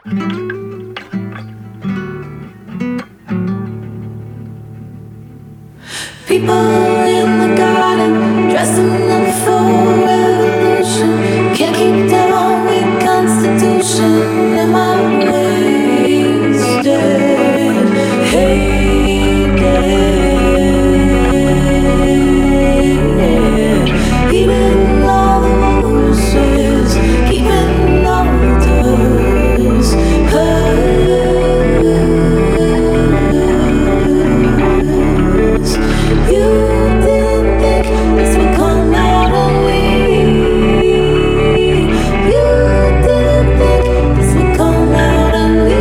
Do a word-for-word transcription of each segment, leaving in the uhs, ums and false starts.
People in the garden, dressing up for revolution. Can't keep down with constitution. Am I wasted? Hated. Eating all the roses, keeping all the doors. You didn't think this would come out of me. You didn't think this would come out of me.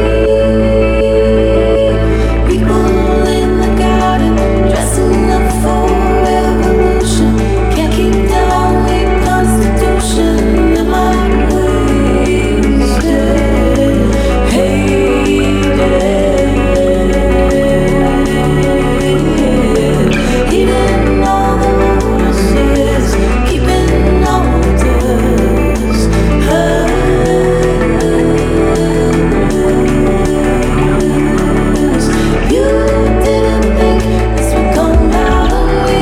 People in the garden, dressing up for revolution. Can't keep down with constitution. Am I wasted? Hated. Eating all the roses, keeping all the dust. You didn't think this would come out of me.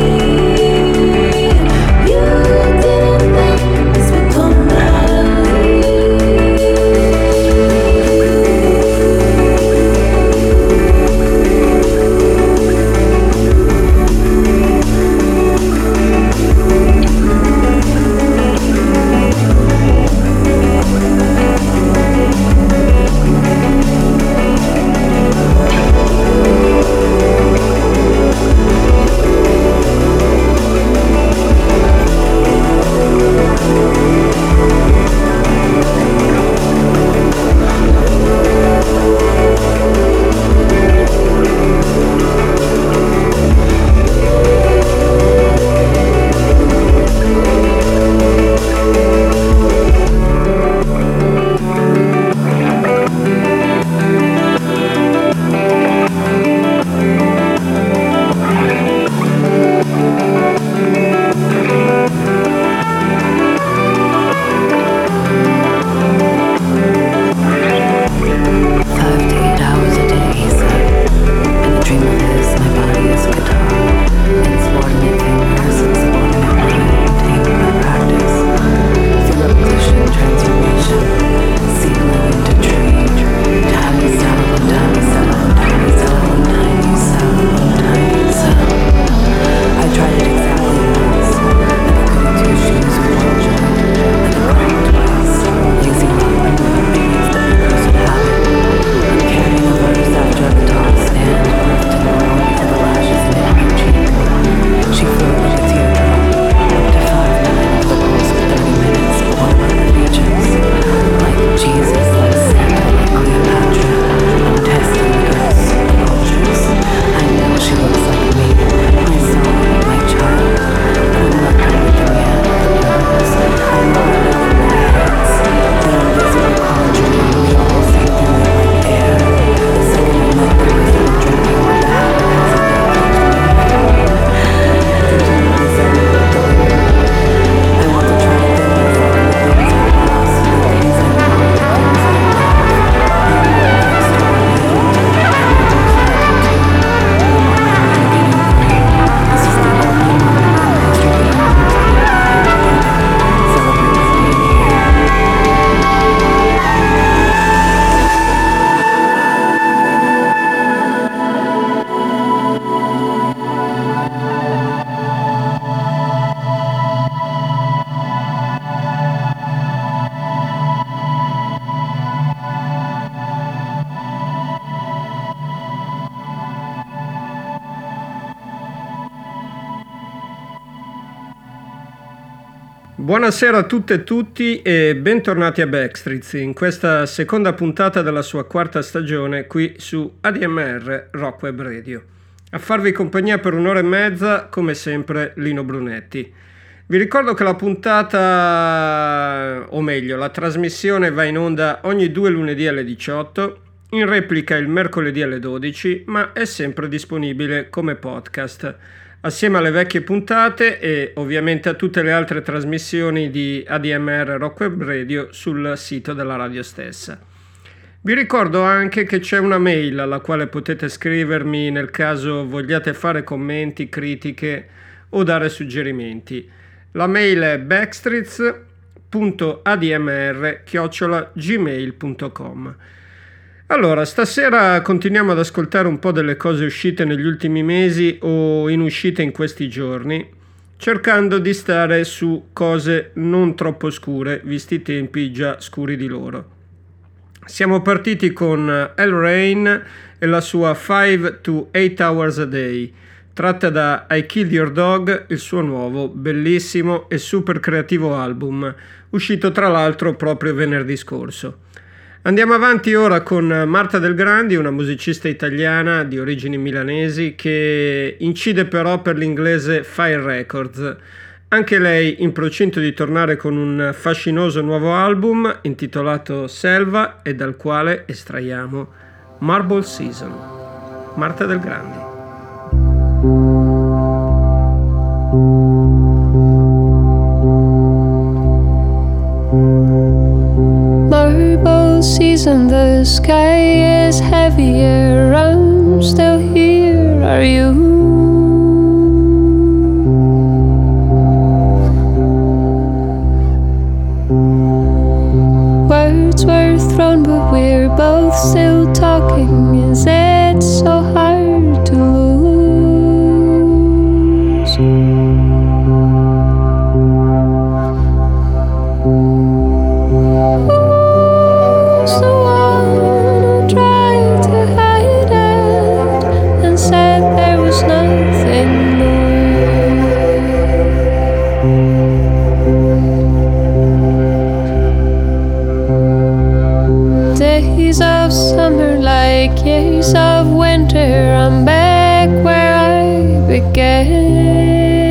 You didn't think this would come out of me. Buonasera a tutte e tutti e bentornati a Backstreets in questa seconda puntata della sua quarta stagione qui su A D M R Rock Web Radio. A farvi compagnia per un'ora e mezza, come sempre, Lino Brunetti. Vi ricordo che la puntata, o meglio, la trasmissione va in onda ogni due lunedì alle diciotto, in replica il mercoledì alle dodici, ma è sempre disponibile come podcast, assieme alle vecchie puntate e ovviamente a tutte le altre trasmissioni di A D M R Rock Web Radio sul sito della radio stessa. Vi ricordo anche che c'è una mail alla quale potete scrivermi nel caso vogliate fare commenti, critiche o dare suggerimenti. La mail è backstreets punto a d m r chiocciola gmail punto com. Allora, stasera continuiamo ad ascoltare un po' delle cose uscite negli ultimi mesi o in uscita in questi giorni, cercando di stare su cose non troppo scure, visti i tempi già scuri di loro. Siamo partiti con Al Rain e la sua five to eight hours a day, tratta da I Killed Your Dog, il suo nuovo, bellissimo e super creativo album, uscito tra l'altro proprio venerdì scorso. Andiamo avanti ora con Marta Del Grandi, una musicista italiana di origini milanesi che incide però per l'inglese Fire Records. Anche lei in procinto di tornare con un fascinoso nuovo album intitolato Selva e dal quale estraiamo Marble Season. Marta Del Grandi. Marble season, the sky is heavier. I'm still here, are you? Words were thrown, but we're both still talking. Is it so hard to lose? Who's the one who tried to hide it and said there was nothing more? Days of summer like years of winter, I'm back where I began.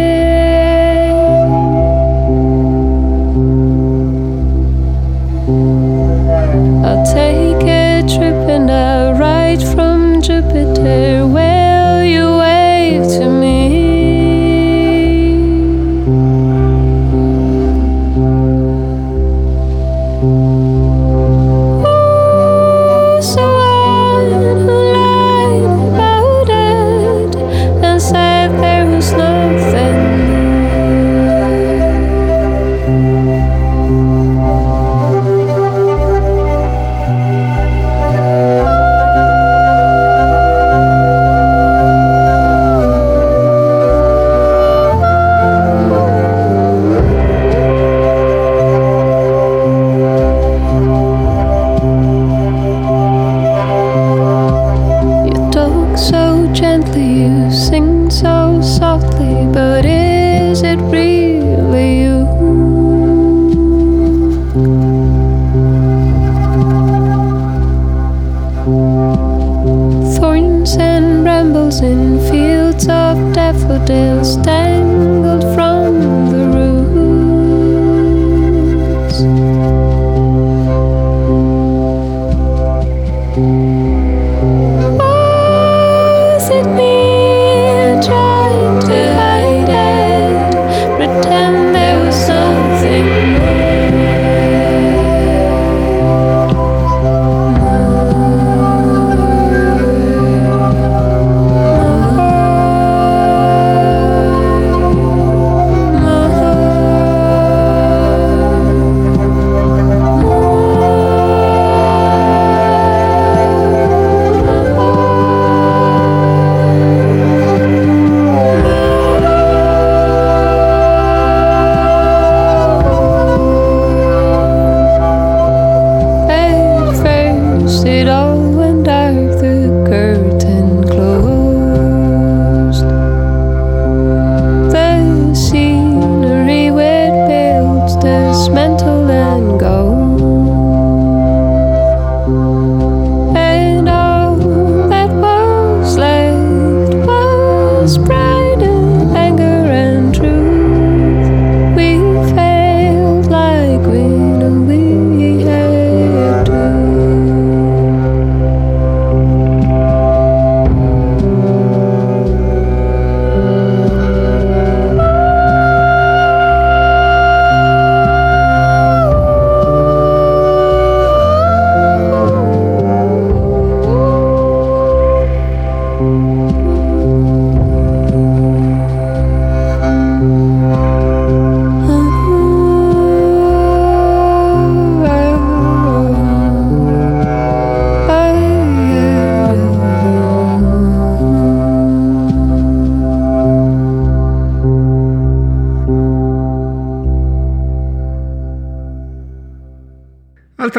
I'll take a trip and I'll ride from Jupiter. Will you wave to me? Daffodils tangled from the roots. Was it me trying to hide it, pretend there was something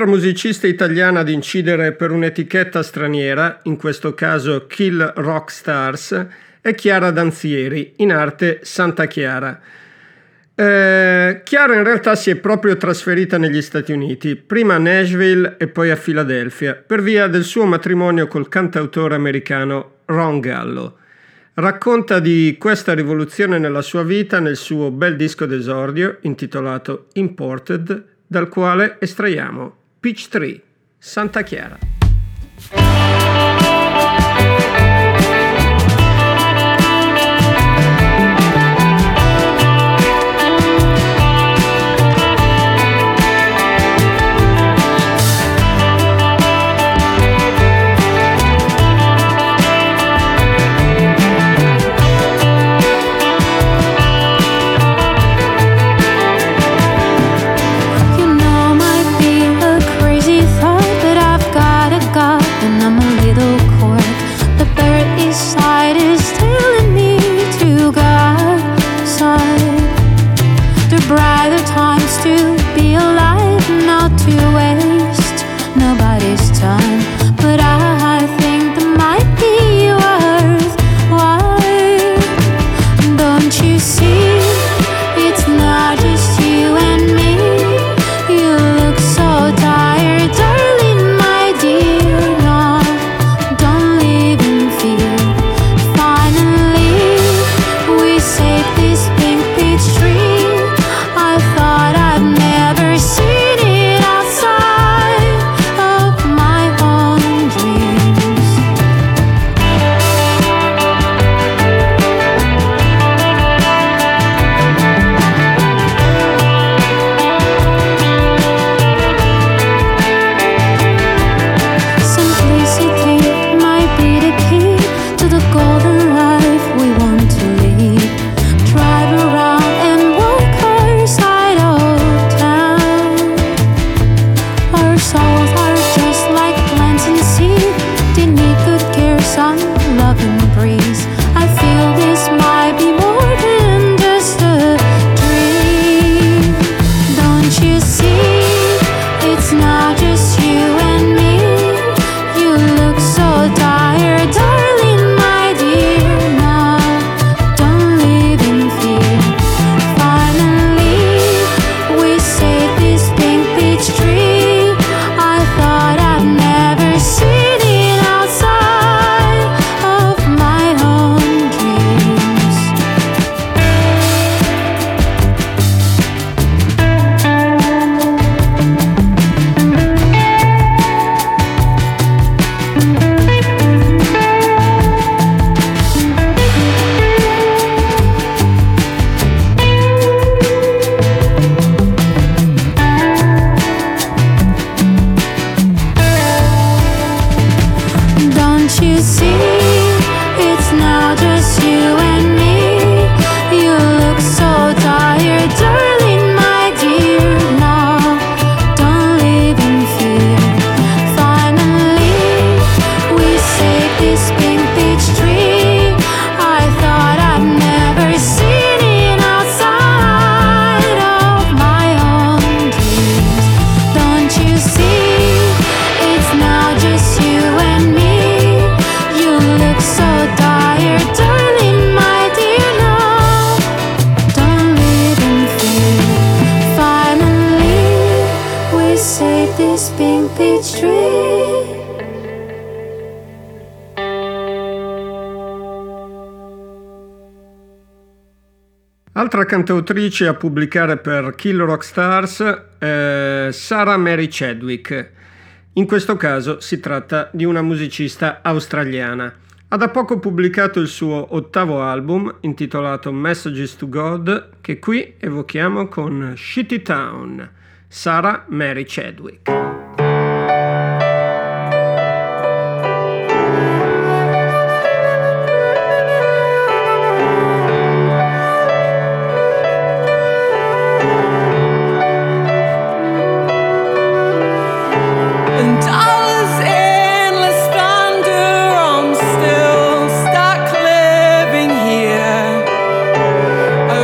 L'altra musicista italiana ad incidere per un'etichetta straniera, in questo caso Kill Rock Stars, è Chiara Danzieri, in arte Santa Chiara. Eh, Chiara in realtà si è proprio trasferita negli Stati Uniti, prima a Nashville e poi a Filadelfia, per via del suo matrimonio col cantautore americano Ron Gallo. Racconta di questa rivoluzione nella sua vita nel suo bel disco d'esordio intitolato Imported, dal quale estraiamo Peachtree, Santa Chiara. Altra cantautrice a pubblicare per Kill Rock Stars è Sarah Mary Chadwick. In questo caso si tratta di una musicista australiana. Ha da poco pubblicato il suo ottavo album intitolato Messages to God, che qui evochiamo con Shitty Town, Sarah Mary Chadwick.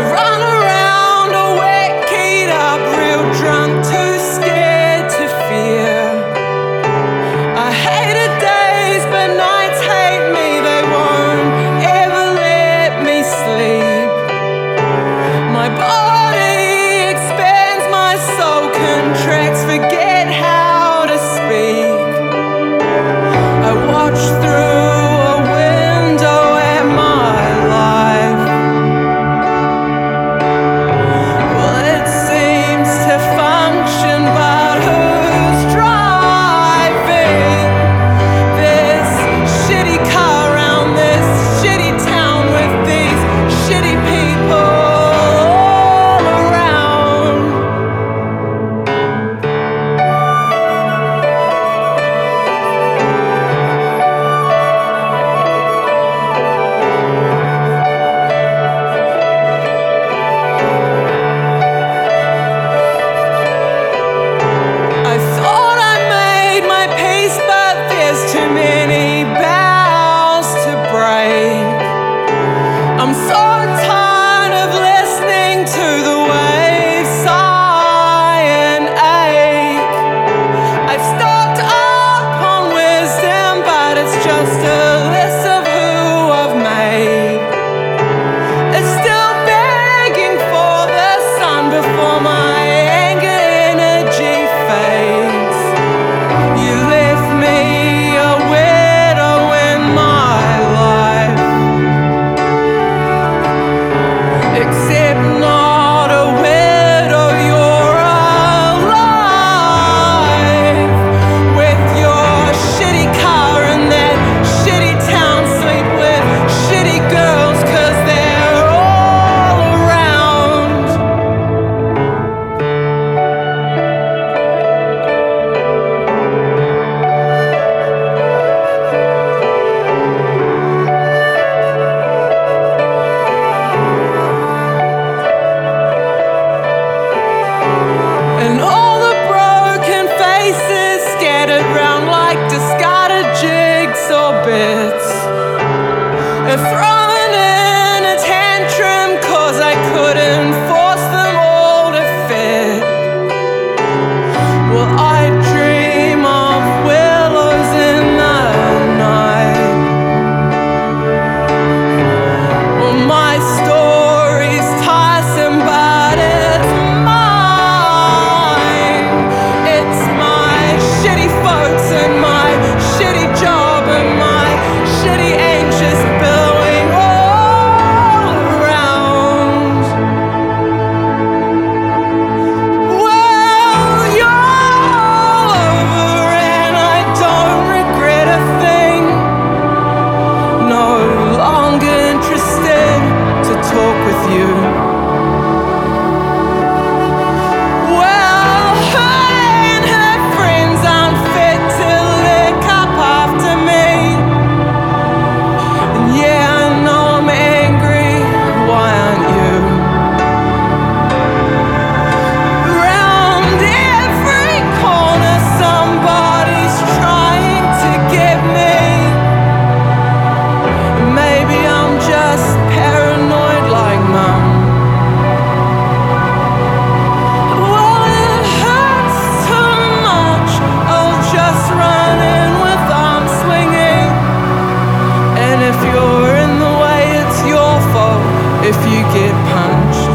Drunk, too scared to feel. if you get punched.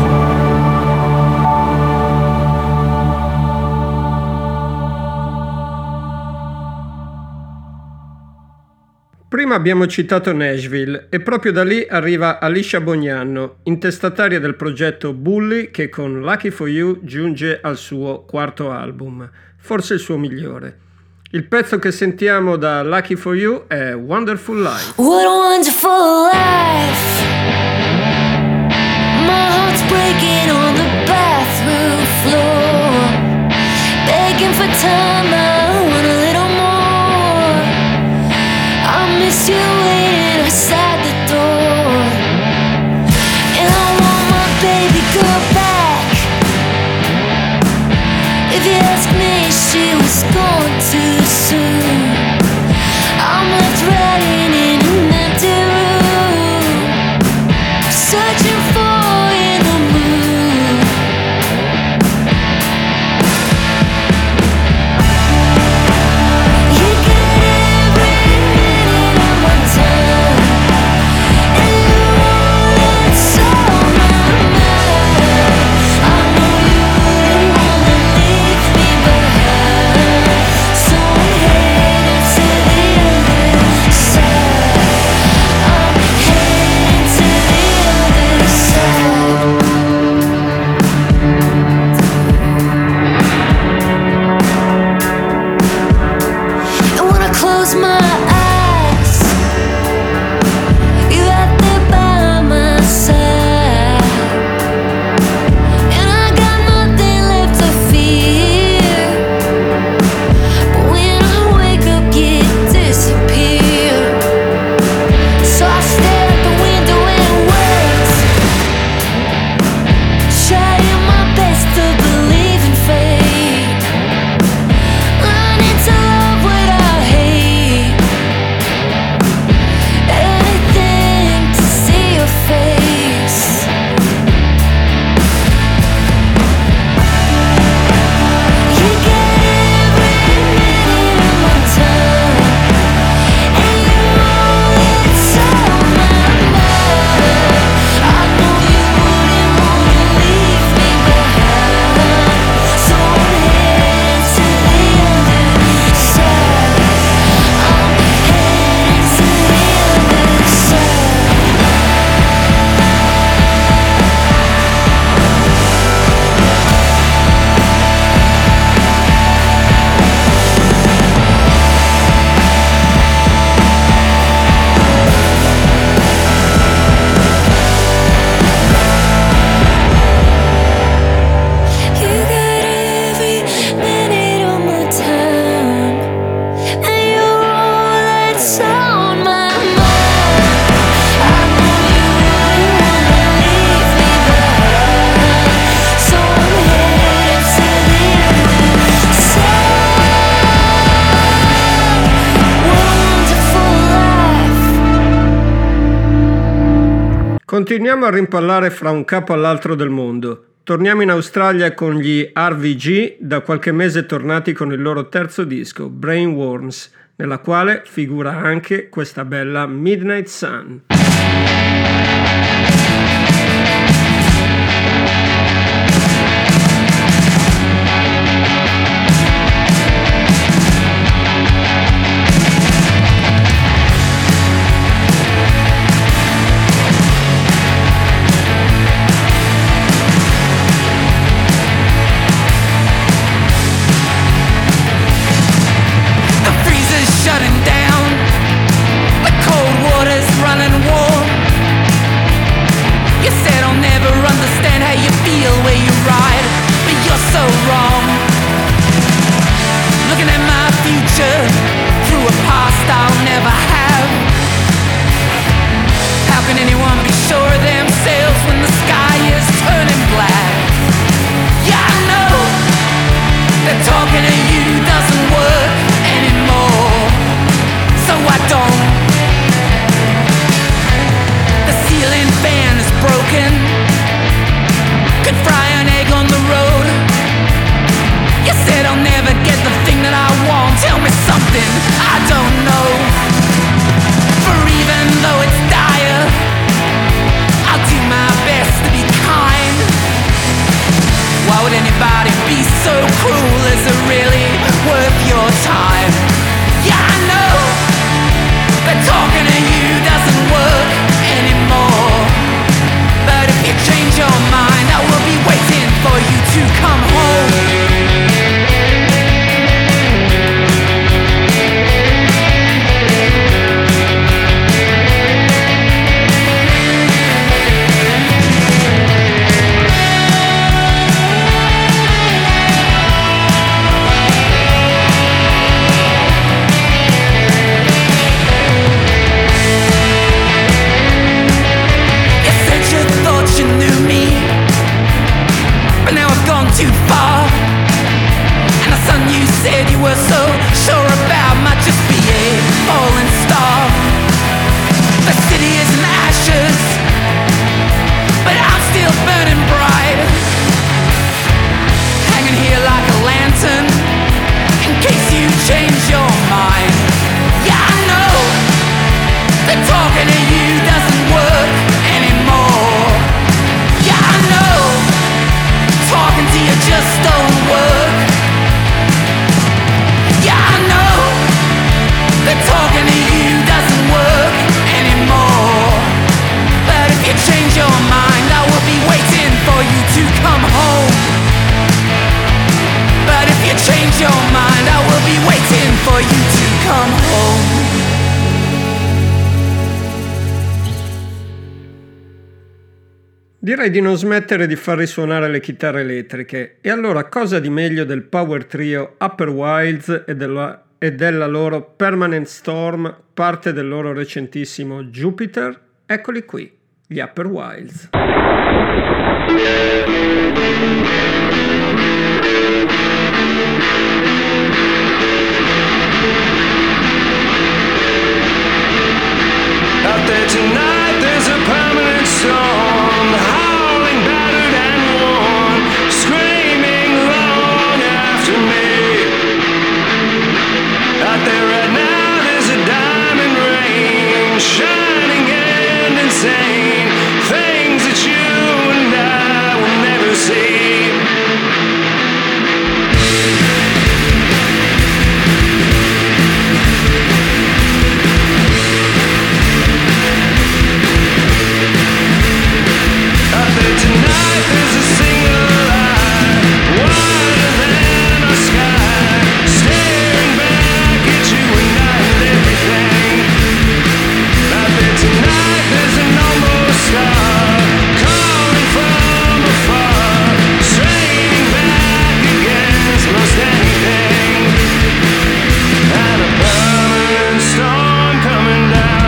Prima abbiamo citato Nashville e proprio da lì arriva Alicia Bognanno, intestataria del progetto Bully, che con Lucky for You giunge al suo quarto album, forse il suo migliore. Il pezzo che sentiamo da Lucky for You è Wonderful Life. What a wonderful life. My heart's breaking on the bathroom floor, begging for time, I want a little more. I miss you waiting outside the door, and I want my baby girl back. If you ask me, she was gone too soon. I'm left writing in an empty room, searching for in the moon. You get every minute of my time, and you're all that's on my mind. I know you wouldn't wanna leave me behind, so I'm headed to the other side. I'm heading to the other side. And when I close my eyes, you're out there by my side, and I got nothing left to fear. But when I wake up, you disappear. So I stare at the window and wait, trying my best to believe in fate, learning to love without hate, anything to see your face. You get every minute of my time, and you're all that's on my mind. I know you wouldn't wanna leave me behind, so I'm heading to the other side. I'm heading to the other side. You got every minute of my time, and you're all that's on my mind. I know you wouldn't wanna leave me behind, so I'm headed to the other side. Wonderful life. Continuiamo a rimpallare fra un capo all'altro del mondo. Torniamo in Australia con gli R V G, da qualche mese tornati con il loro terzo disco, Brainworms, nella quale figura anche questa bella Midnight Sun. The freezer's shutting down, the cold water's running warm. You said I'll never understand how you feel. Direi di non smettere di far risuonare le chitarre elettriche, e allora cosa di meglio del power trio Upper Wilds e della, e della loro Permanent Storm, parte del loro recentissimo Jupiter? Eccoli qui, gli Upper Wilds. Out there tonight there's a permanent storm, howling battered and worn, screaming long after me. Out there right now there's a diamond rain, shining and insane, things that you and I will never see. Tonight there's a single eye, wider than our sky, staring back at you and I and everything. Out there tonight there's an almost star, calling from afar, straining back against most anything. And a permanent storm coming down.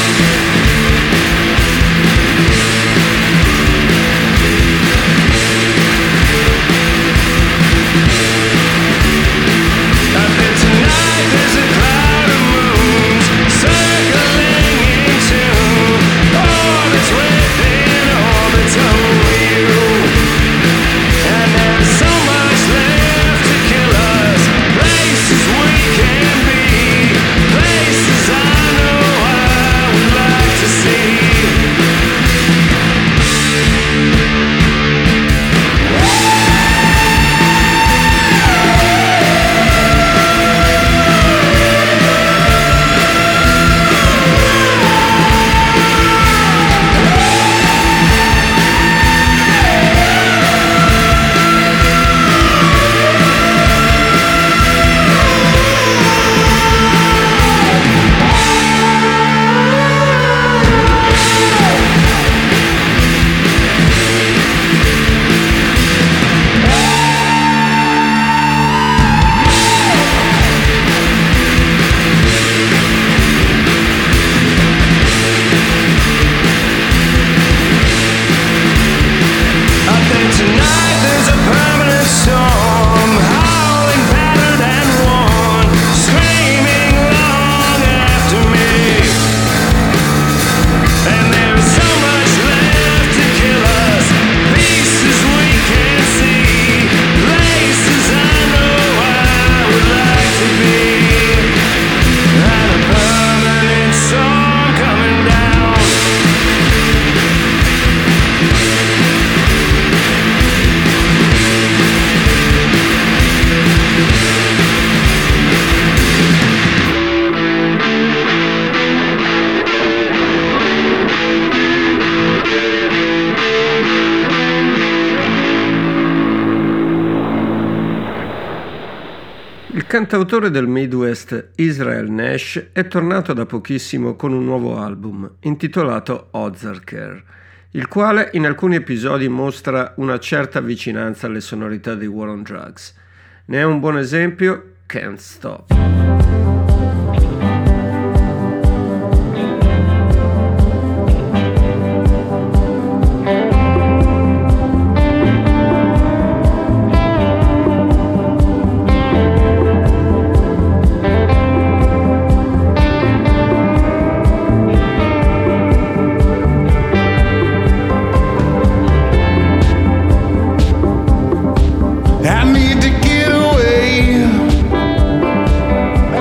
Il cantautore del Midwest Israel Nash è tornato da pochissimo con un nuovo album intitolato Ozarker, il quale in alcuni episodi mostra una certa vicinanza alle sonorità di War on Drugs. Ne è un buon esempio Can't Stop. I need to get away.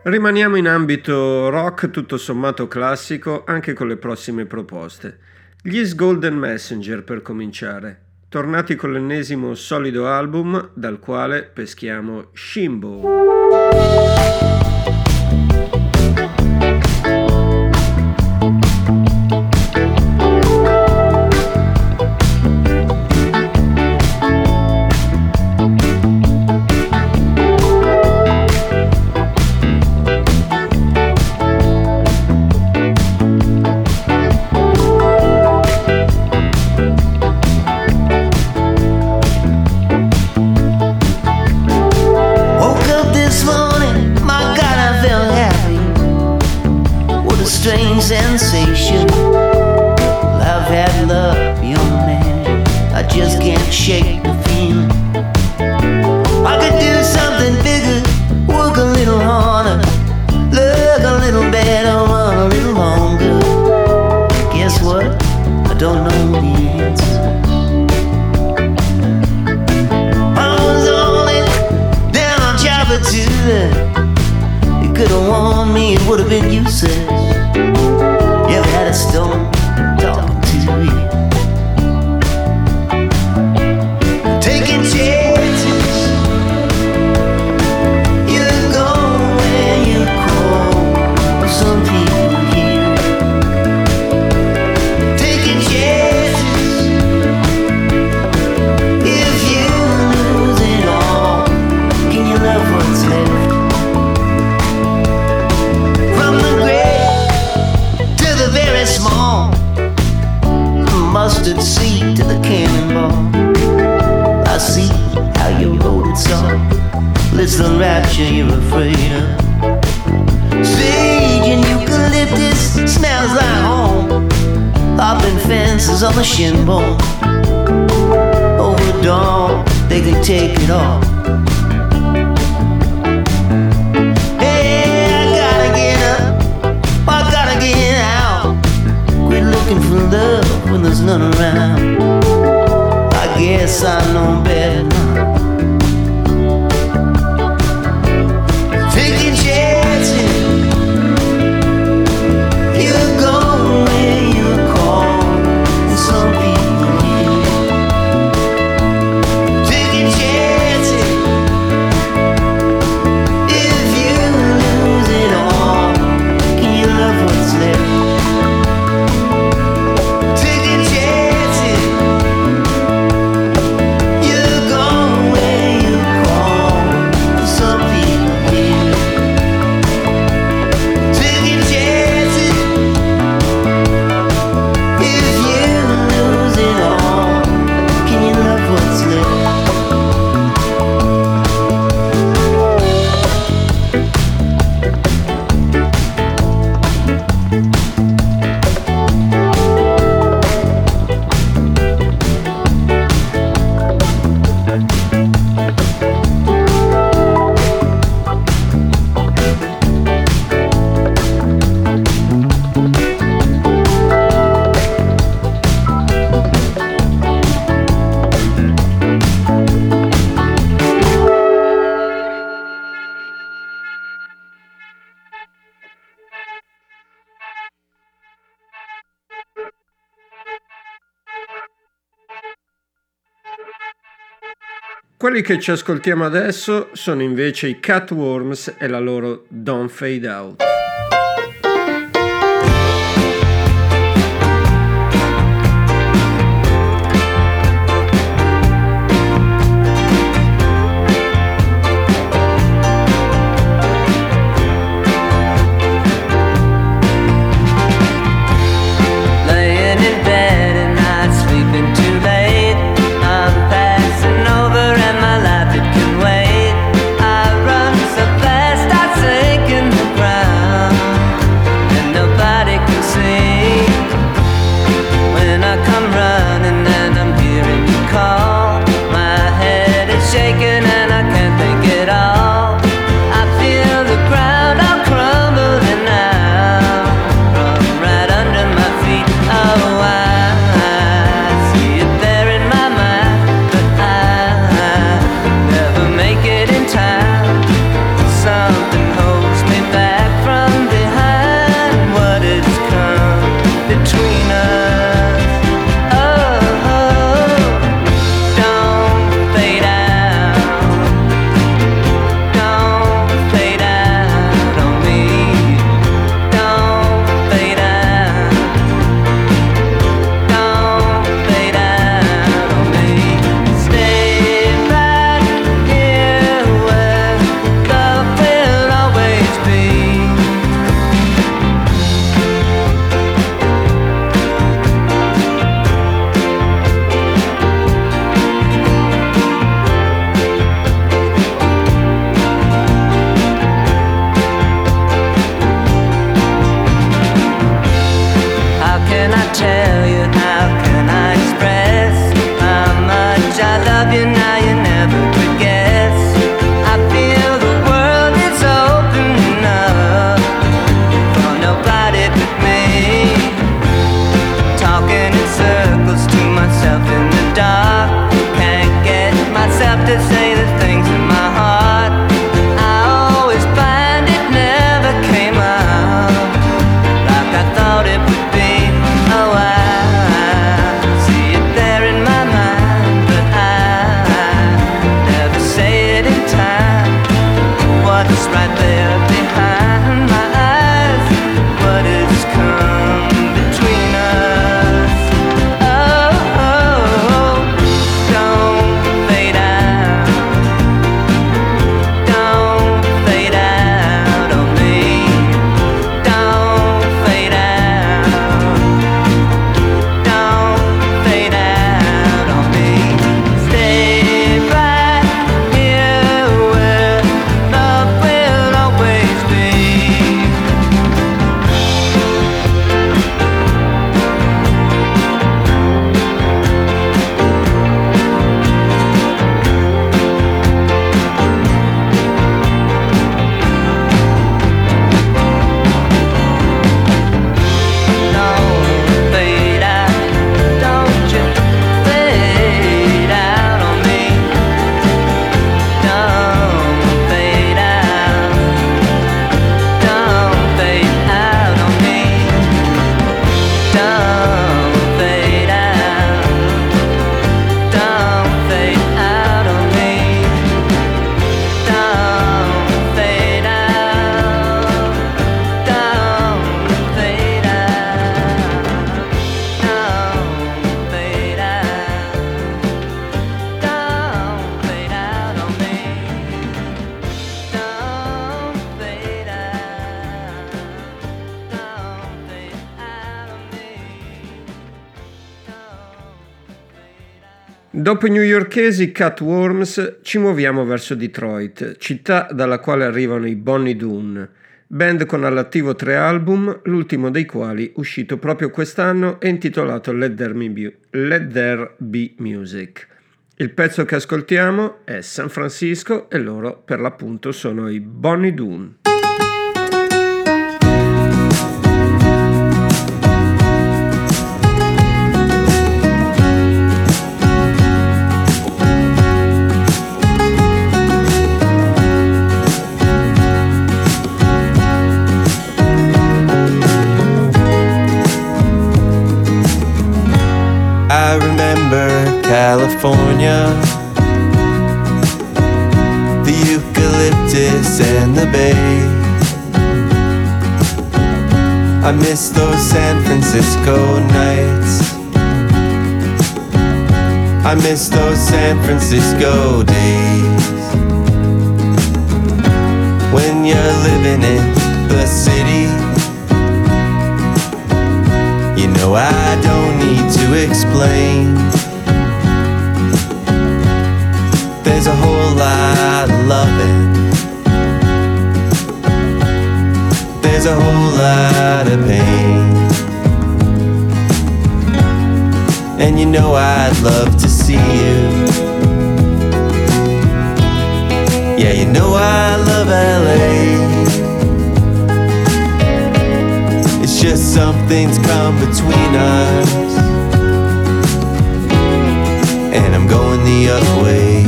Rimaniamo in ambito rock tutto sommato classico anche con le prossime proposte. Gli East Golden Messenger per cominciare, tornati con l'ennesimo solido album dal quale peschiamo Shimbo. Sensation, I've had love beyond measure. I just can't shake the feeling. I could do something bigger, work a little harder, look a little better, run a little longer. Guess what? I don't know the answer. I was only down on Java too. You could have warned me, it would have been useless. You ever had a stone talking to you? Taking chances, you go where you call. Some people here taking chances. If you lose it all, can you love what's left? From the great to the very small, mustard seed to the cannonball. I see how you wrote it soft. It's the rapture you're afraid of. Sage and eucalyptus smells like home. Hopping fences on the shin bone. Over dawn, they can take it all. Looking for love when there's none around. I guess I know better now. Taking chances, you go where you call, and some people here. Taking chances, if you lose it all, can you love what's left? Quelli che ci ascoltiamo adesso sono invece i Cutworms e la loro Don't Fade Out. Life it can wait. I run so fast I sink in the ground. Dopo i newyorkesi Cat Worms ci muoviamo verso Detroit, città dalla quale arrivano i Bonnie Doon, band con all'attivo tre album, l'ultimo dei quali uscito proprio quest'anno e intitolato Let There Be, Let There Be Music. Il pezzo che ascoltiamo è San Francisco e loro per l'appunto sono i Bonnie Doon. I remember California, the eucalyptus and the bay. I miss those San Francisco nights. I miss those San Francisco days. When you're living in the city, you know I don't need to explain. There's a whole lot of loving. There's a whole lot of pain. And you know I'd love to see you. Yeah, you know I love L A. It's just something's come between us, and I'm going the other way.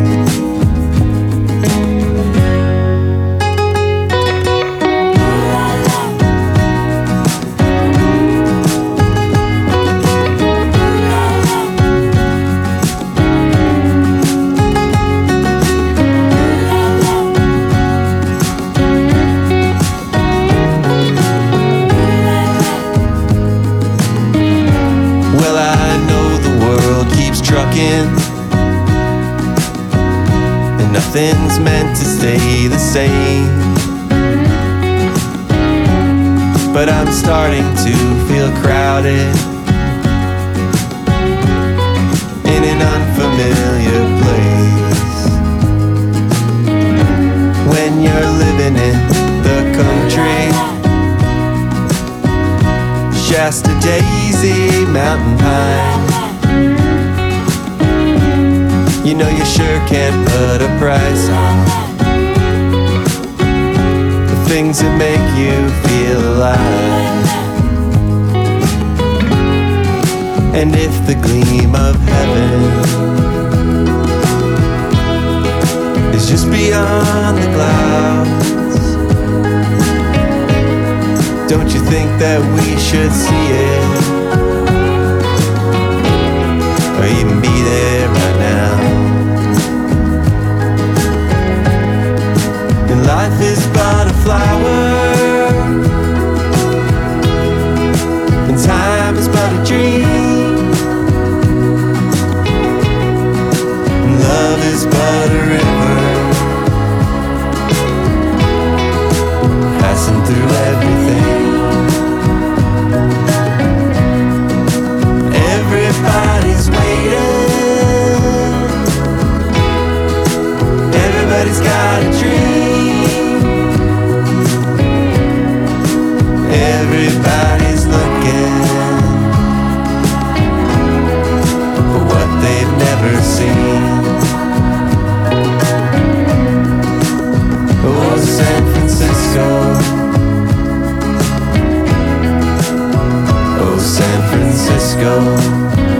And nothing's meant to stay the same, but I'm starting to feel crowded in an unfamiliar place. When you're living in the country, Shasta Daisy, Mountain Pine, you know you sure can't put a price on the things that make you feel alive. And if the gleam of heaven is just beyond the clouds, don't you think that we should see it, or even be there right now? And life is but a flower, and time is but a dream, and love is but a river passing through everything. Everybody's waiting, everybody's got a dream, everybody's looking for what they've never seen. Oh, San Francisco, oh, San Francisco,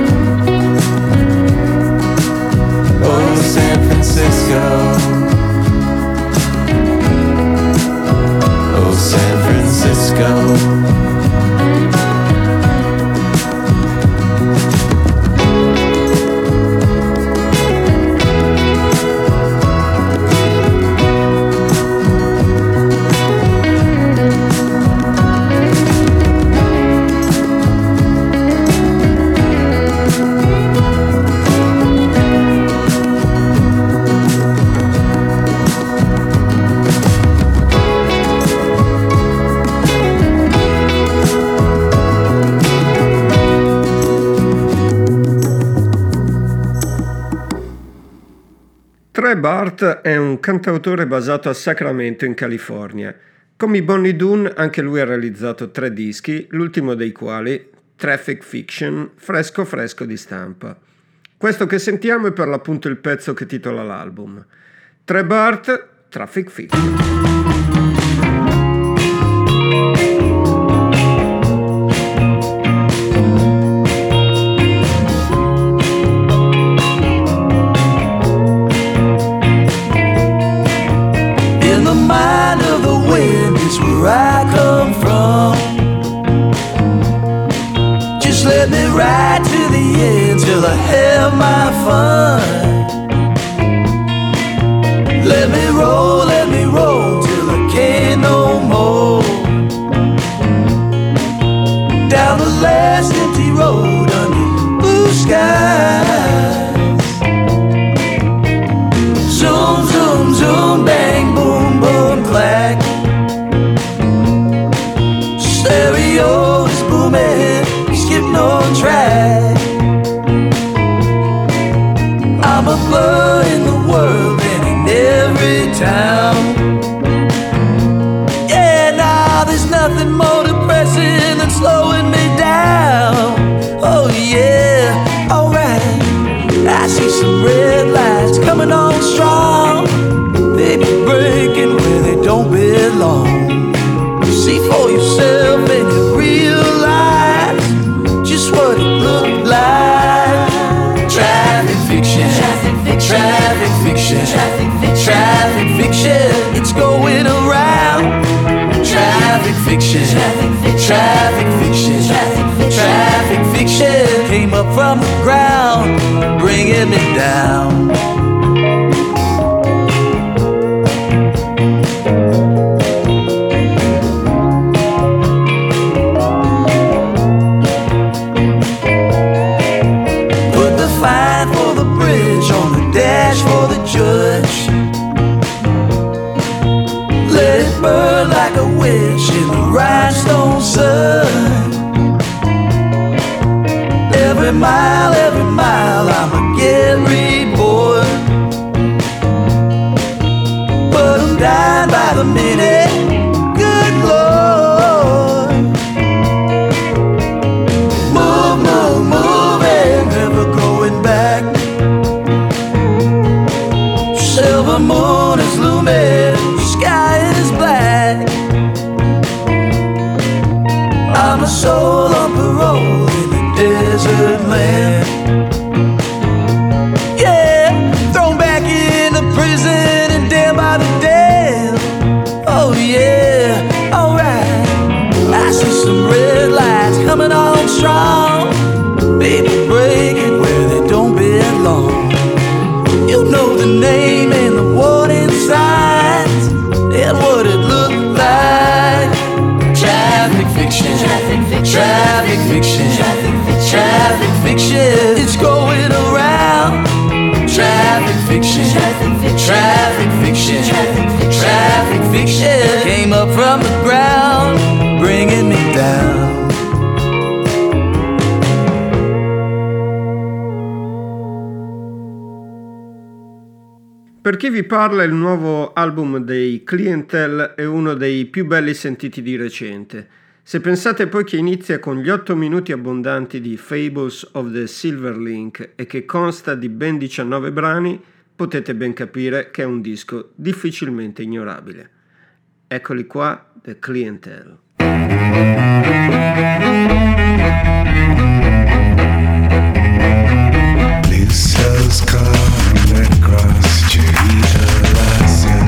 oh, San Francisco, oh, San Francisco. Bart è un cantautore basato a Sacramento in California. Come Bonnie Doon anche lui ha realizzato tre dischi, l'ultimo dei quali, Traffic Fiction, fresco fresco di stampa. Questo che sentiamo è per l'appunto il pezzo che titola l'album. Tre Bart, Traffic Fiction. Where I come from, just let me ride to the end till I have my fun. Let me roll, let me roll till I can't no more. Down the last empty road under blue skies. Zoom, zoom, zoom, bang, boom, boom, clack. Stereo is booming, skipping on track. I'm a blur in the world and in every town. Yeah, now there's nothing more depressing than slowing me down. Oh yeah, alright. I see some red lights coming on strong. They be breaking where they don't belong. See for yourself and you realize just what it looked like. Traffic fiction, traffic fiction, traffic fiction, traffic fiction, traffic fiction. It's going around. Traffic fiction, traffic fiction, traffic fiction, traffic fiction, traffic fiction. Came up from the ground, bringing me down. Judge, let it burn like a witch in the rhinestone sun. Every mile, every mile, I'ma get reborn. But I'm dying by the minute, good Lord. Move, move, move, and never going back. Silver moon is looming, sky is black. I'm a soul on parole in the desert land. Yeah, thrown back into prison and damned by the damn. Oh yeah, alright. I see some red lights coming on strong. Baby breaking where they don't belong. You know the name and the warning signs and what it looked like. Traffic fiction, traffic fiction, traffic fiction, traffic fiction, traffic fiction. It's going around. Traffic fiction, traffic fiction, traffic fiction, traffic fiction, traffic fiction. Came up from the ground, bringing me down. Per chi vi parla, il nuovo album dei Clientele è uno dei più belli sentiti di recente. Se pensate poi che inizia con gli otto minuti abbondanti di Fables of the Silver Link e che consta di ben diciannove brani, potete ben capire che è un disco difficilmente ignorabile. Eccoli qua, The Clientele. Lisa's coming across Chirita Lassen.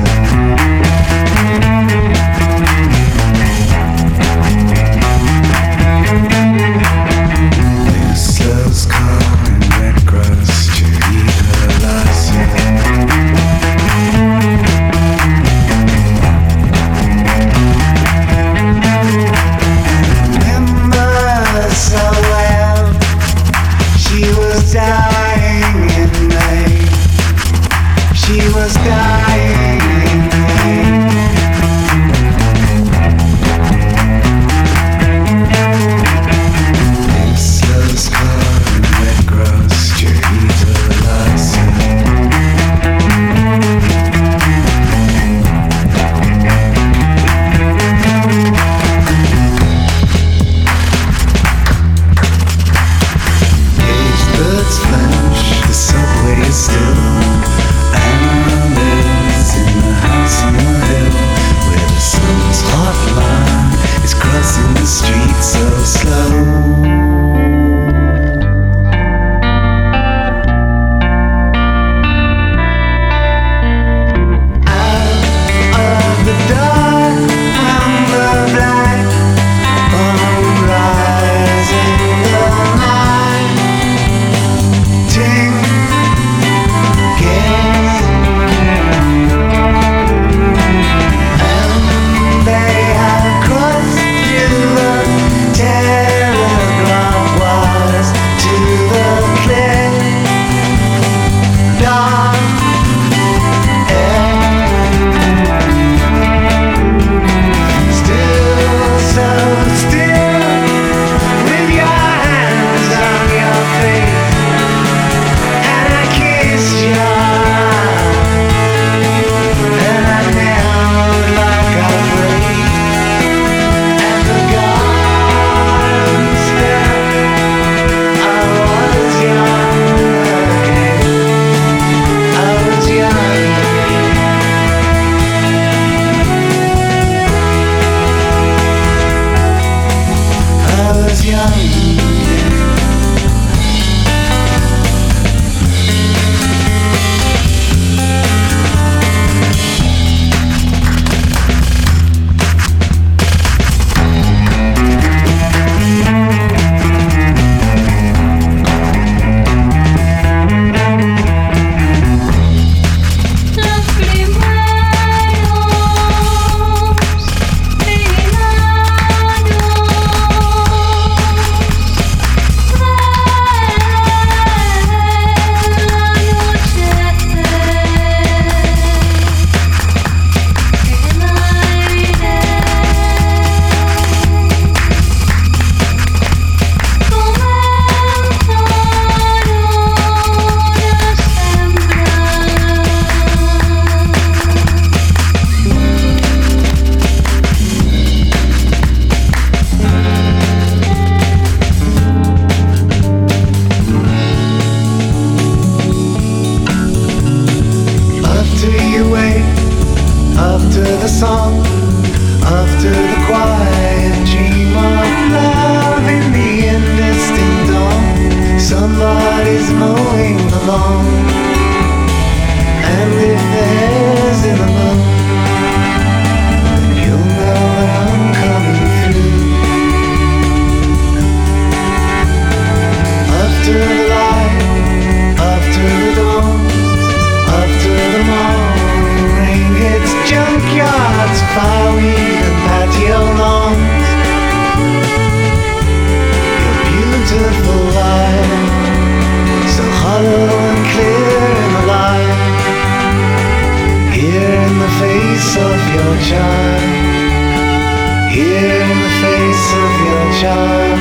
Lisa's coming across Chirita Lassen. Remember so well, she was dying in May. She was dying. mowing the lawn. And if the hair's in the moon, then you'll know that I'm coming through. After the light, after the dawn, after the morning rain hits junkyards, fireweed and patio lawns, your beautiful light, so hollow and clear in the light, here in the face of your child, here in the face of your child.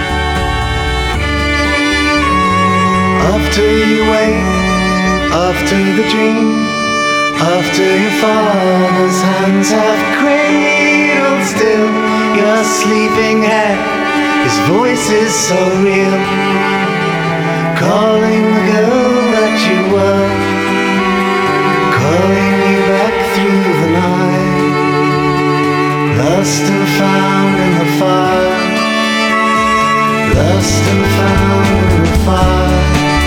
After you wake, after the dream, after your father's hands have cradled still your sleeping head, his voice is so real, calling the girl that you were, calling you back through the night, lost and found in the fire, lost and found in the fire.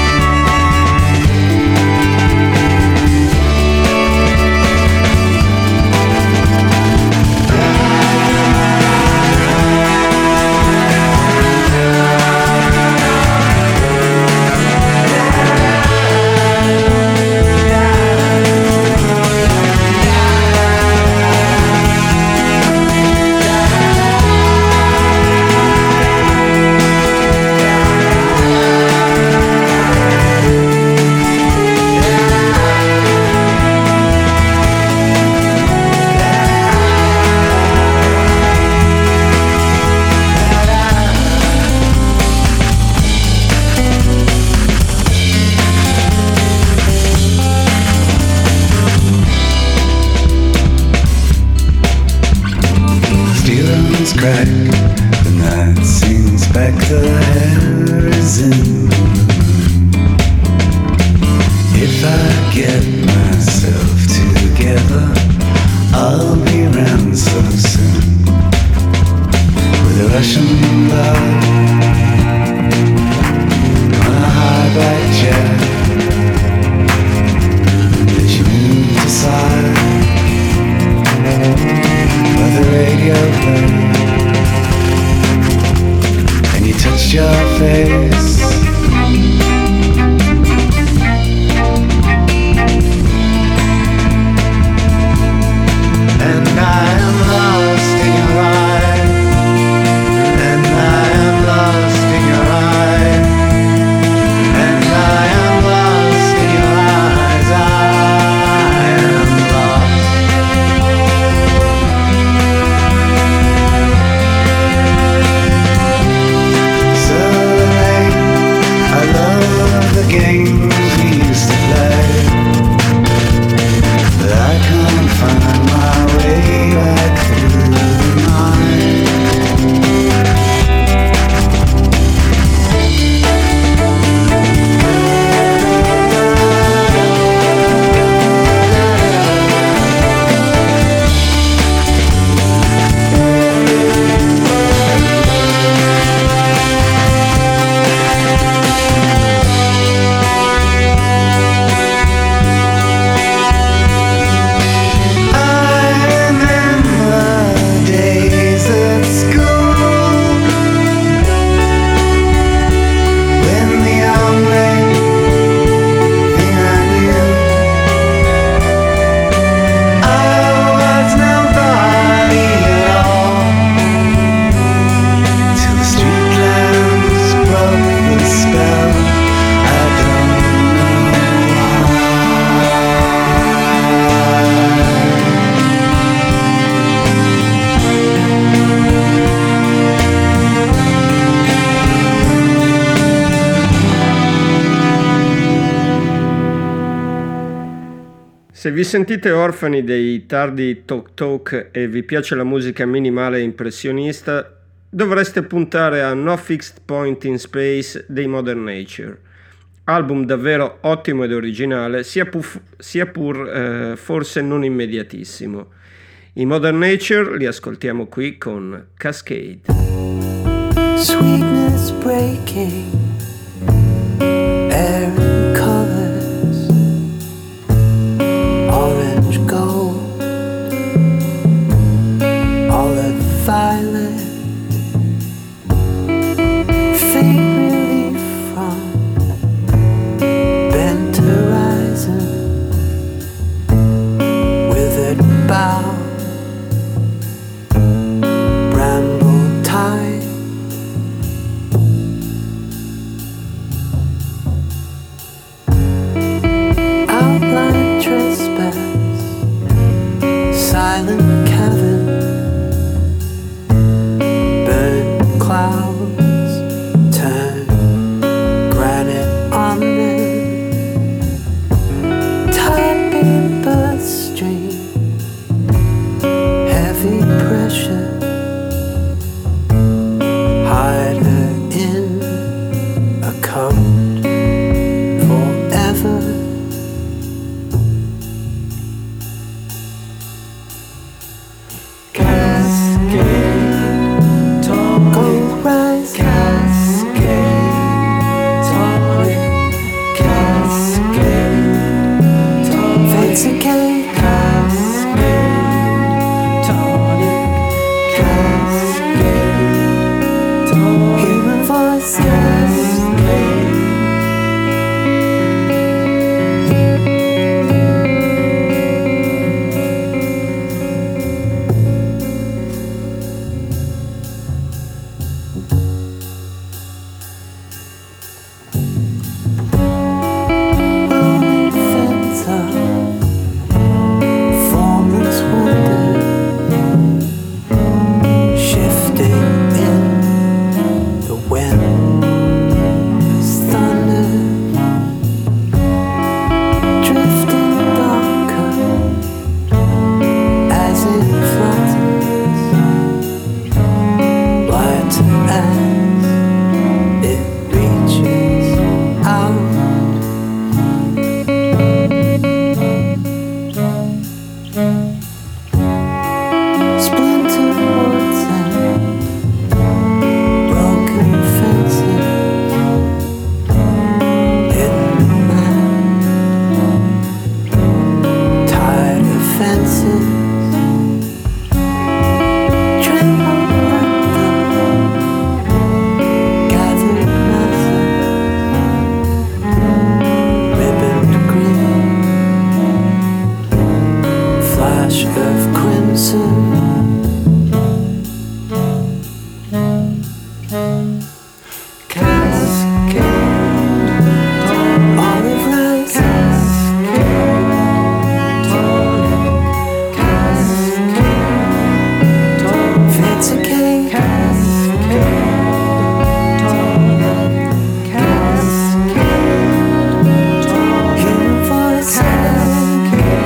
Crack, the night sings back, the hair is in the moon. If I get myself together, I'll be around so soon, with a Russian love on a high-back chair that you moved aside while the radio played. You touched your face, and I am lost in your eyes, and I am lost in your eyes, and I am lost in your eyes, I am lost. The games we used to play, but I can't find my way back through the night. Se vi sentite orfani dei tardi Talk Talk e vi piace la musica minimale e impressionista, dovreste puntare a No Fixed Point in Space dei Modern Nature. Album davvero ottimo ed originale, sia, pur, sia pur eh, forse non immediatissimo. I Modern Nature li ascoltiamo qui con Cascade. Sweetness breaking, air violet, faint relief from bent horizon, withered bough, bramble tide. Outline trespass, silent cavern, burnt clouds turn granite on them, tide paper stream, heavy pressure, hide her in a coat forever. Gold rise, cascade, tonic, cascade, tonic, fades again, cascade, tonic, cascade, tonic, human voice, cascade. Rolling fence of formless wonder, shifting in the wind as thunder, drifting darker as it flutters, lighter as it reaches out. Splintered woods and broken fences, hidden land, tired of fences, tremble like the gathered masses, ribboned green, flash of crimson. Cascade, olive rise, cascade, cascade, fades again, cascade, cascade, human voice, cascade.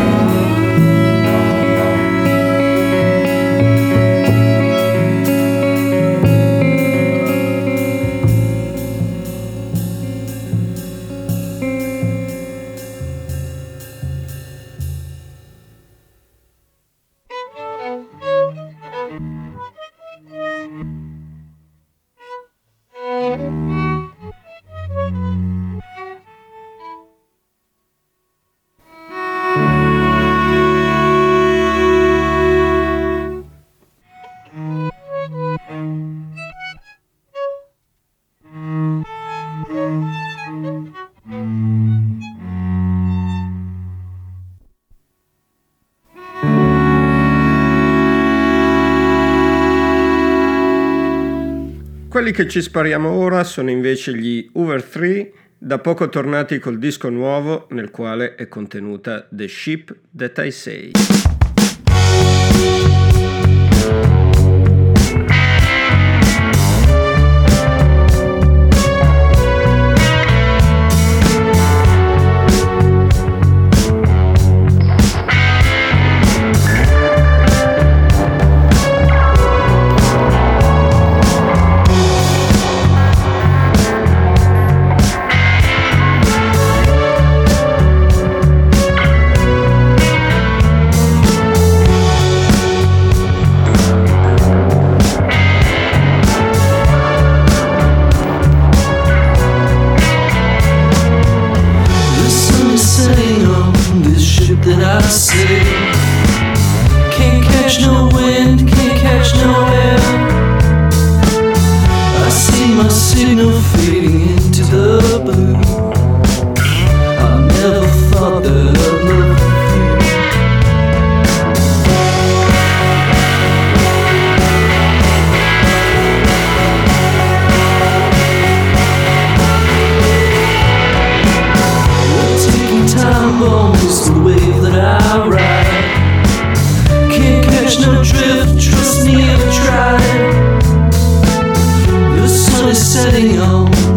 Quelli che ci spariamo ora sono invece gli Hoover tre, da poco tornati col disco nuovo nel quale è contenuta The Ship That I Say. signal fading into the blue. I never thought that I'd love you. Time bomb is the wave that I ride. Can't catch no drift, trust me, I've tried. The sun is setting on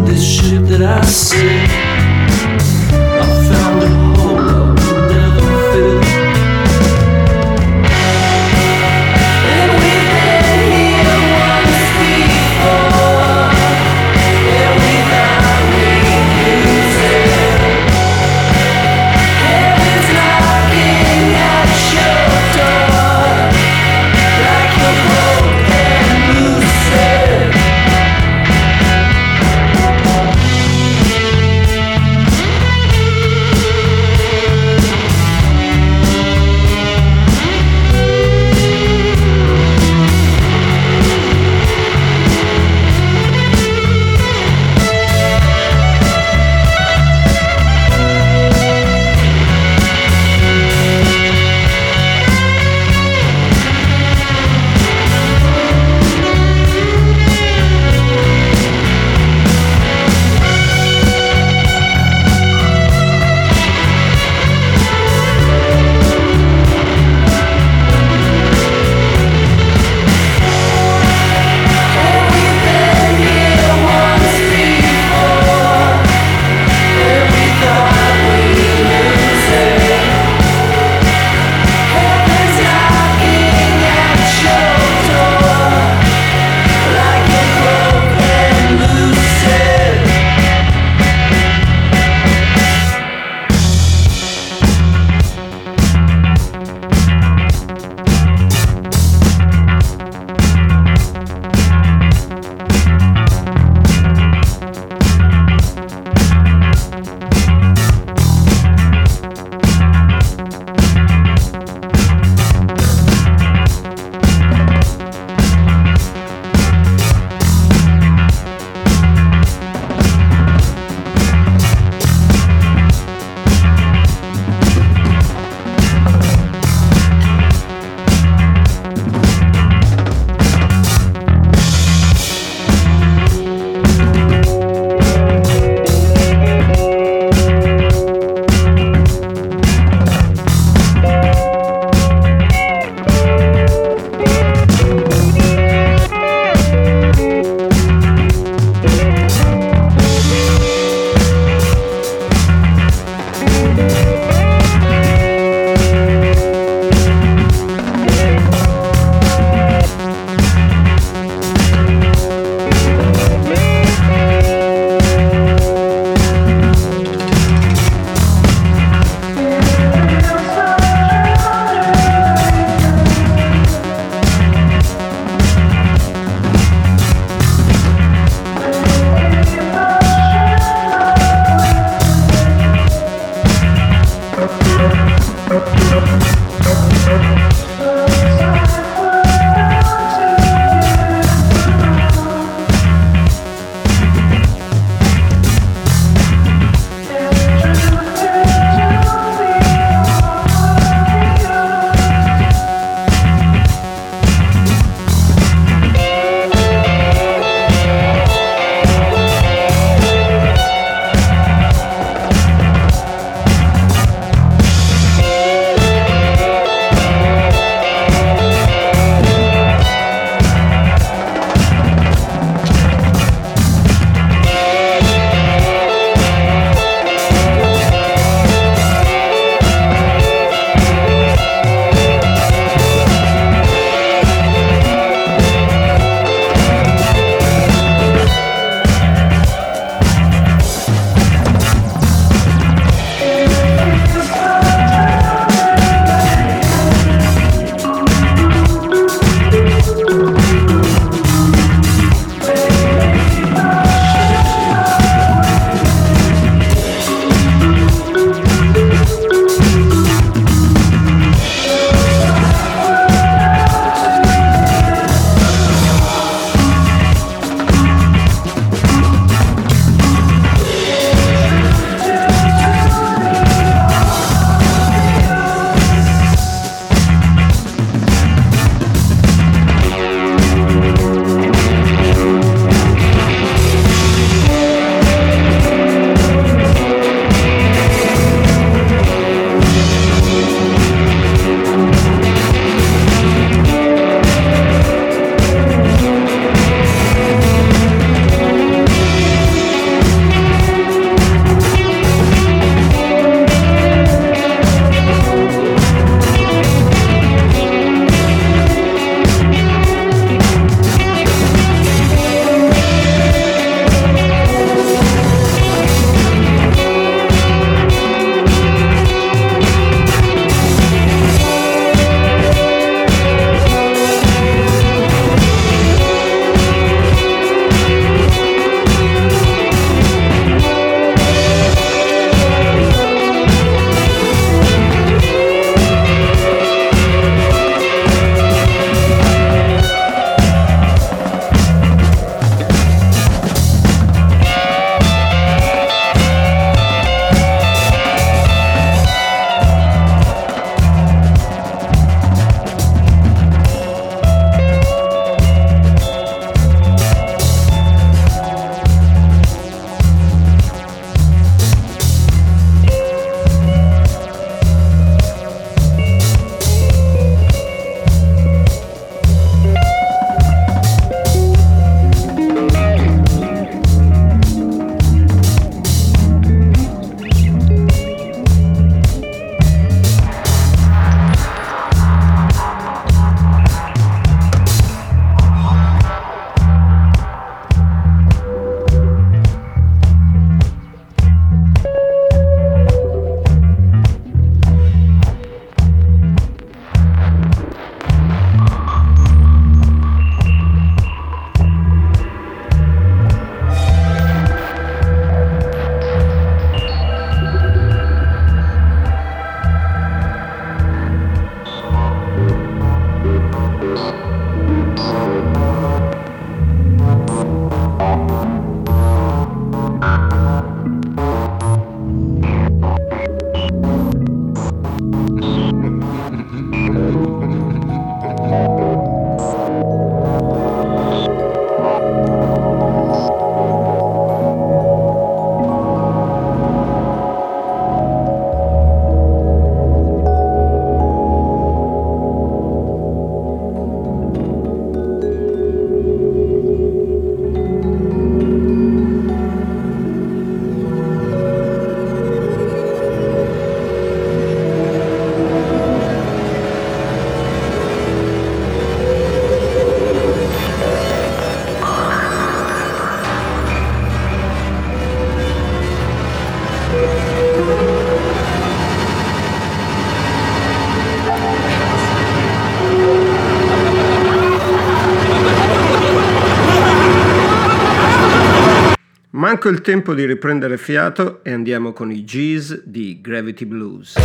Manco il tempo di riprendere fiato e andiamo con i Gees di Gravity Blues.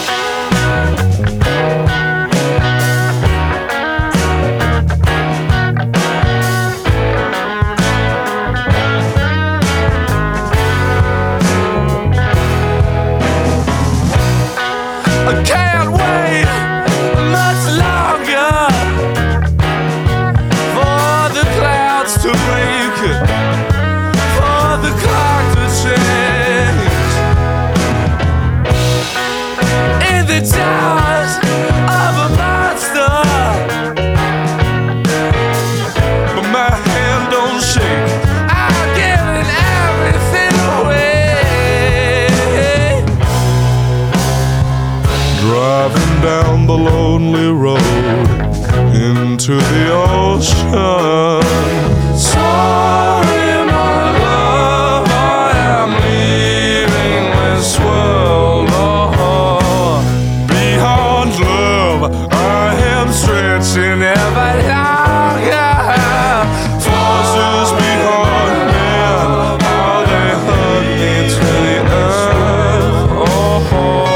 I can't wait much longer for the clouds to break, for the clock to change. In the jaws of a monster, but my hand don't shake. I'm giving everything away. Driving down the lonely road into the ocean. Sorry, my love, I am leaving this world. Oh, beyond love, I am stretching ever longer. Forces behind men, how they hurt me to the earth. Oh.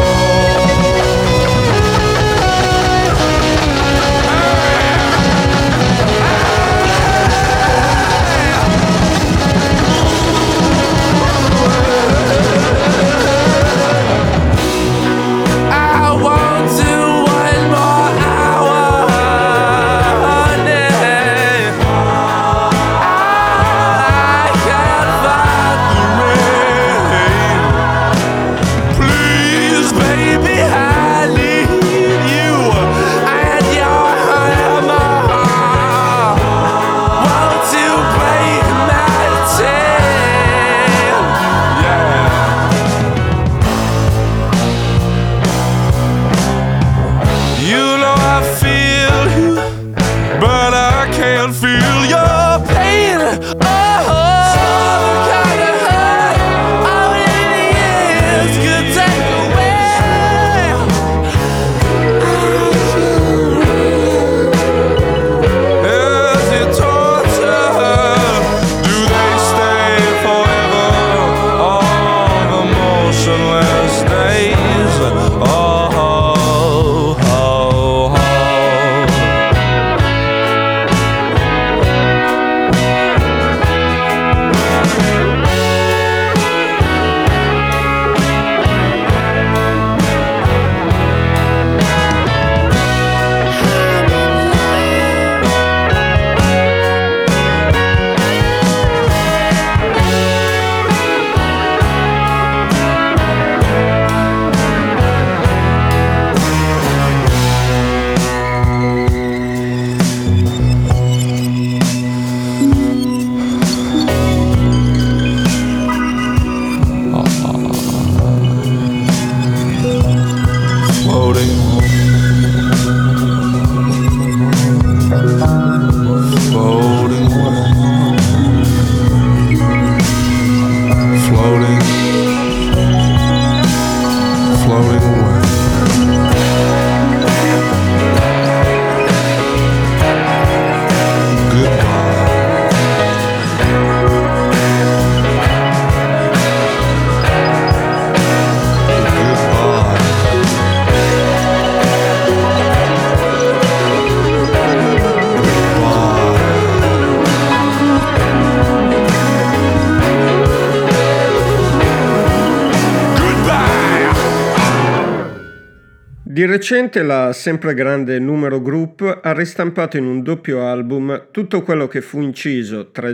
Di recente la sempre grande Numero Group ha ristampato in un doppio album tutto quello che fu inciso tra il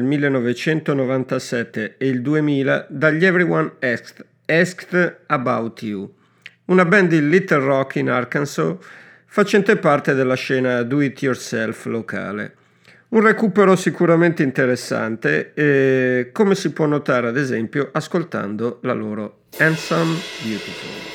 millenovecentonovantasette e il duemila dagli Everyone Asked, Asked About You, una band di Little Rock in Arkansas facente parte della scena do it yourself locale. Un recupero sicuramente interessante, e come si può notare ad esempio ascoltando la loro Handsome Beautiful.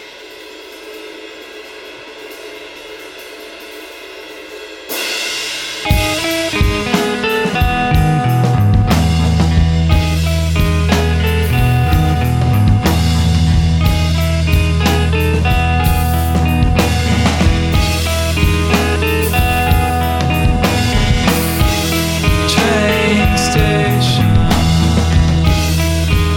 Train station.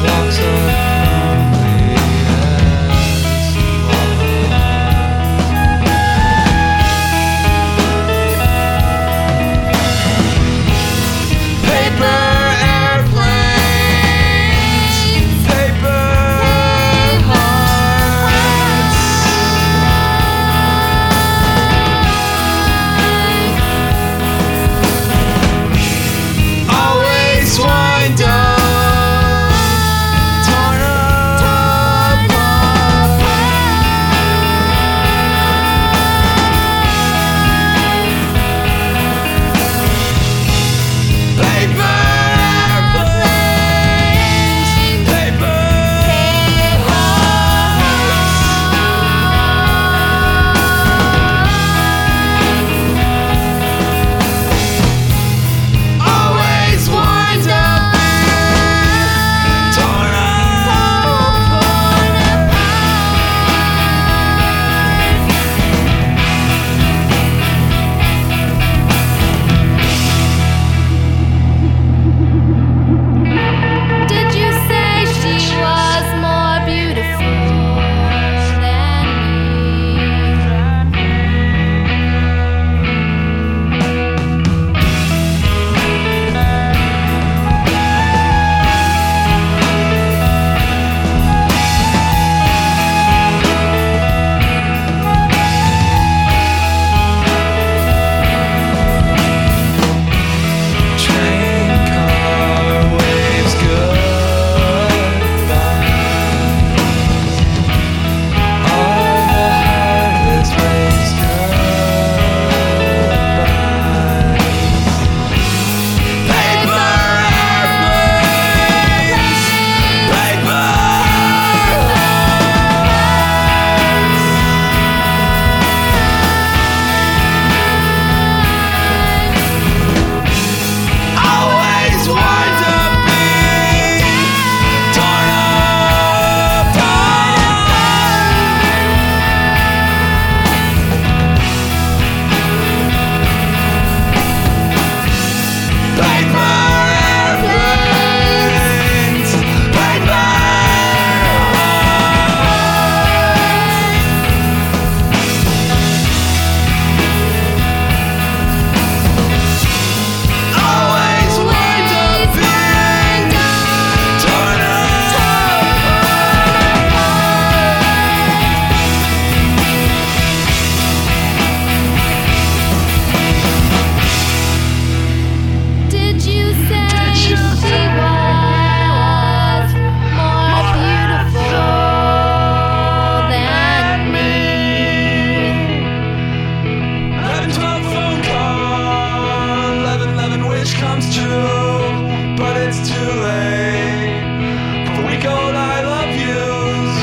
true, but it's too late for weak old I love yous.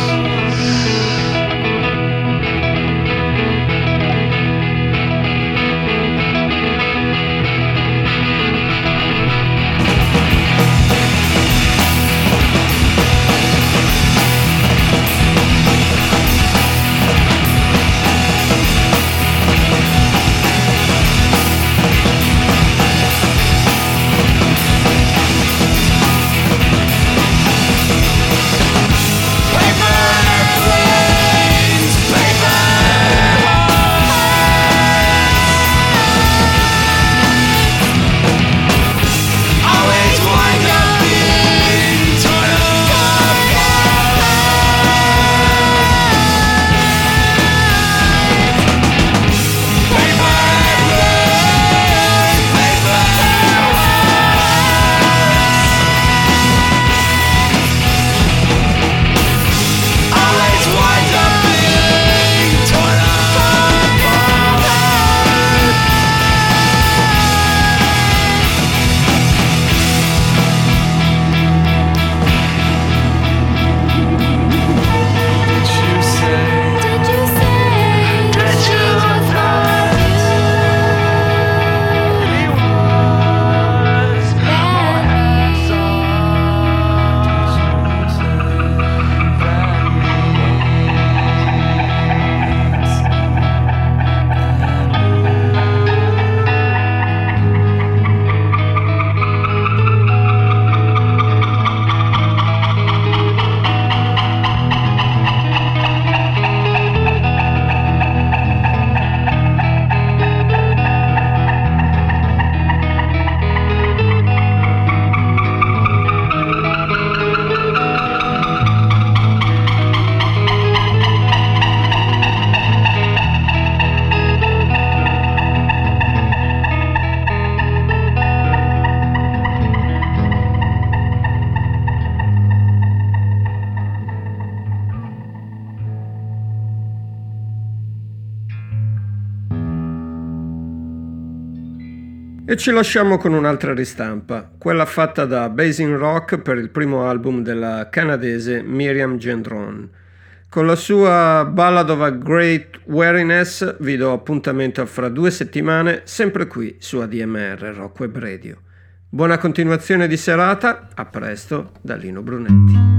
E ci lasciamo con un'altra ristampa, quella fatta da Basing Rock per il primo album della canadese Miriam Gendron. Con la sua Ballad of a Great Weariness vi do appuntamento fra due settimane, sempre qui su A D M R Rock Web Radio. Buona continuazione di serata, a presto da Lino Brunetti.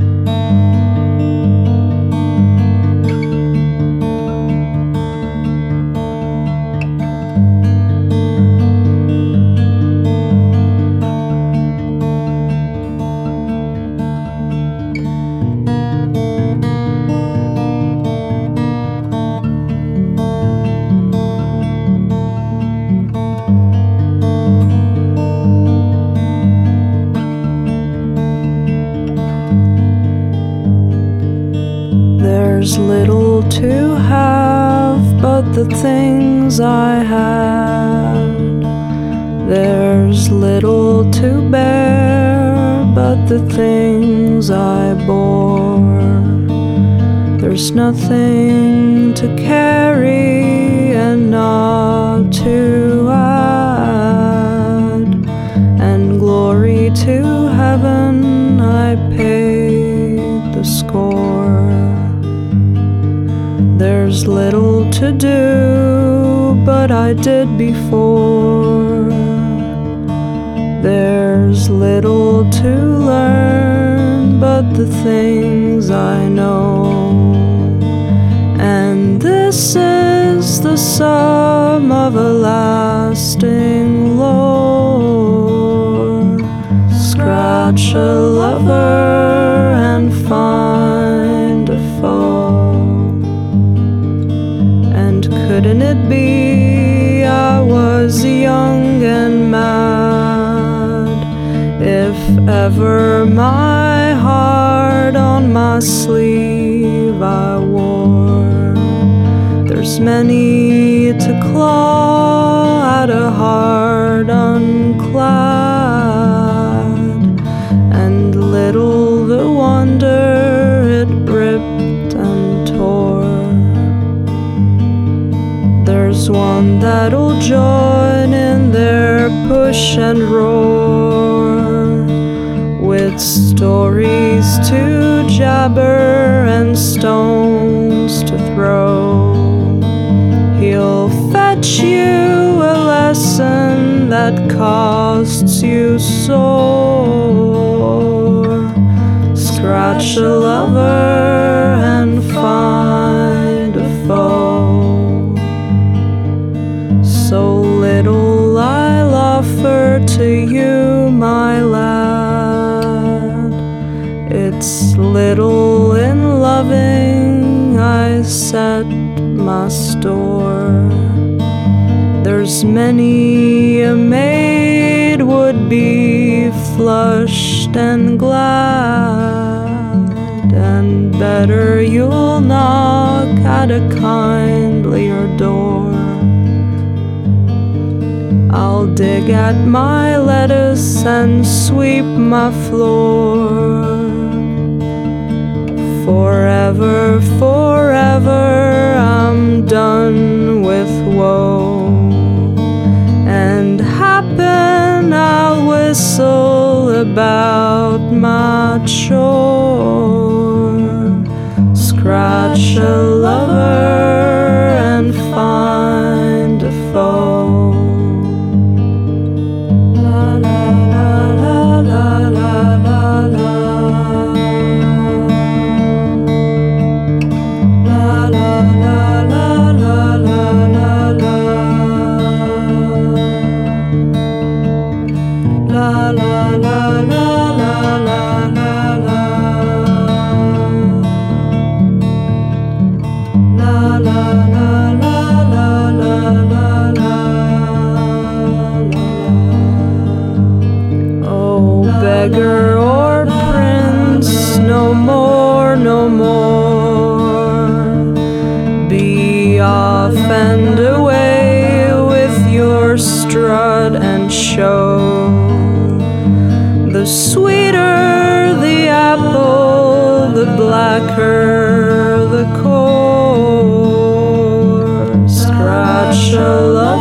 There's little to have but the things I had. There's little to bear but the things I bore. There's nothing to carry and not to add. And glory to heaven, I paid the score. There's little to do, but I did before. There's little to learn, but the things I know. And this is the sum of a lasting lore. Scratch a lover and find a foe. Couldn't it be I was young and mad? If ever my heart on my sleeve I wore. There's many to claw at a heart unclad, and little the wonder it ripped and tore. There's one that'll join in their push and roar. stories to jabber and stones to throw. He'll fetch you a lesson that costs you sore. Scratch a lover and find a foe. So little I'll offer to you, my lad. It's little in loving I set my store. There's many a maid would be flushed and glad, and better you'll knock at a kindlier door. I'll dig at my lettuce and sweep my floor. Forever, forever, I'm done with woe. And happen I'll whistle about my chore. Scratch a lover and find a foe. La la la la la la la la. Beggar or prince, no more, no more. Be off and away with your strut and show. The sweeter the apple, the blacker the core. Scratch a love